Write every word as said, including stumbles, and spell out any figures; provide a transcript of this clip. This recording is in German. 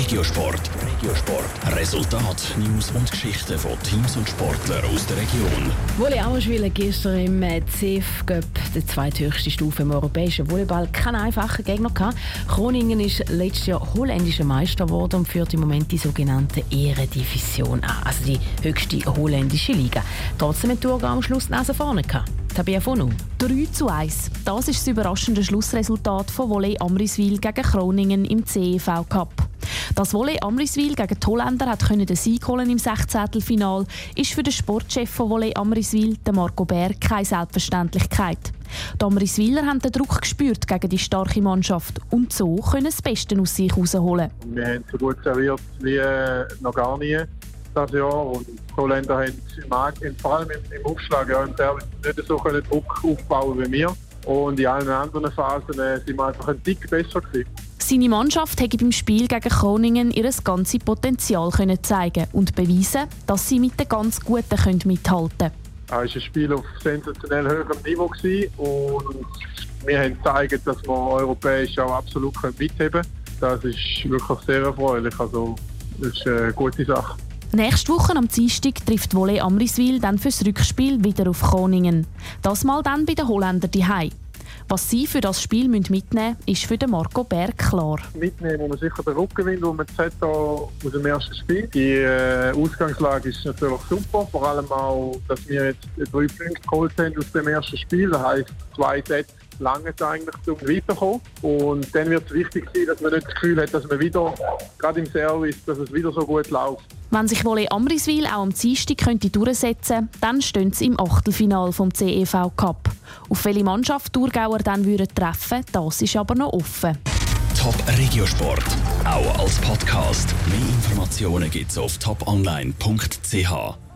Regiosport. Regiosport. Resultat, News und Geschichten von Teams und Sportlern aus der Region. Volley Ammerschwil gestern im C F Cup, der zweithöchste Stufe im europäischen Volleyball, keinen einfachen Gegner gehabt. Groningen ist letztes Jahr holländischer Meister geworden und führt im Moment die sogenannte Eredivision an, also die höchste holländische Liga. Trotzdem hat Thurgau am Schluss die Nase vorne gehabt. Tabea von Nu. drei zu eins. Das ist das überraschende Schlussresultat von Volley Amriswil gegen Groningen im C E V Cup. Dass Volley Amriswil gegen die Holländer hat können den Sieg holen im Sechzehntelfinal, ist für den Sportchef von Volley Amriswil, Marco Bär, keine Selbstverständlichkeit. Die Amriswiler haben den Druck gespürt gegen die starke Mannschaft und so können das Beste aus sich herausholen. Wir haben so gut serviert wie noch gar nie das Jahr und die Holländer haben vor allem im Aufschlag ja, im Service nicht so können Druck aufbauen wie wir. Und in allen anderen Phasen äh, sind wir einfach ein Tick besser gewesen. Seine Mannschaft hätte beim Spiel gegen Groningen ihr ganzes Potenzial können zeigen und beweisen, dass sie mit den ganz Guten können mithalten können. Es war ein Spiel auf sensationell hohem Niveau gewesen und wir haben gezeigt, dass wir europäisch auch absolut mitheben können. Das ist wirklich sehr erfreulich. Also, das ist eine gute Sache. Nächste Woche am Dienstag trifft Volley Amriswil dann fürs Rückspiel wieder auf Groningen. Das mal dann bei den Holländern daheim. Was sie für das Spiel mitnehmen müssen, ist für Marco Bär klar. Mitnehmen muss man sicher den Rückgewinn, den man jetzt hat aus dem ersten Spiel. Die äh, Ausgangslage ist natürlich super, vor allem auch, dass wir jetzt drei Punkte geholt haben aus dem ersten Spiel. Das heisst, zwei Sätze lange eigentlich, um weiterzukommen. Und dann wird es wichtig sein, dass man nicht das Gefühl hat, dass man wieder, gerade im Service, dass es wieder so gut läuft. Wenn sich Volley Amriswil auch am Dienstag könnte durchsetzen könnte, dann stehen sie im Achtelfinal vom C E V Cup. Auf welche Mannschaft die Thurgauer dann würden treffen, das ist aber noch offen. Top Regiosport, auch als Podcast. Mehr Informationen gibt's auf top online punkt c h.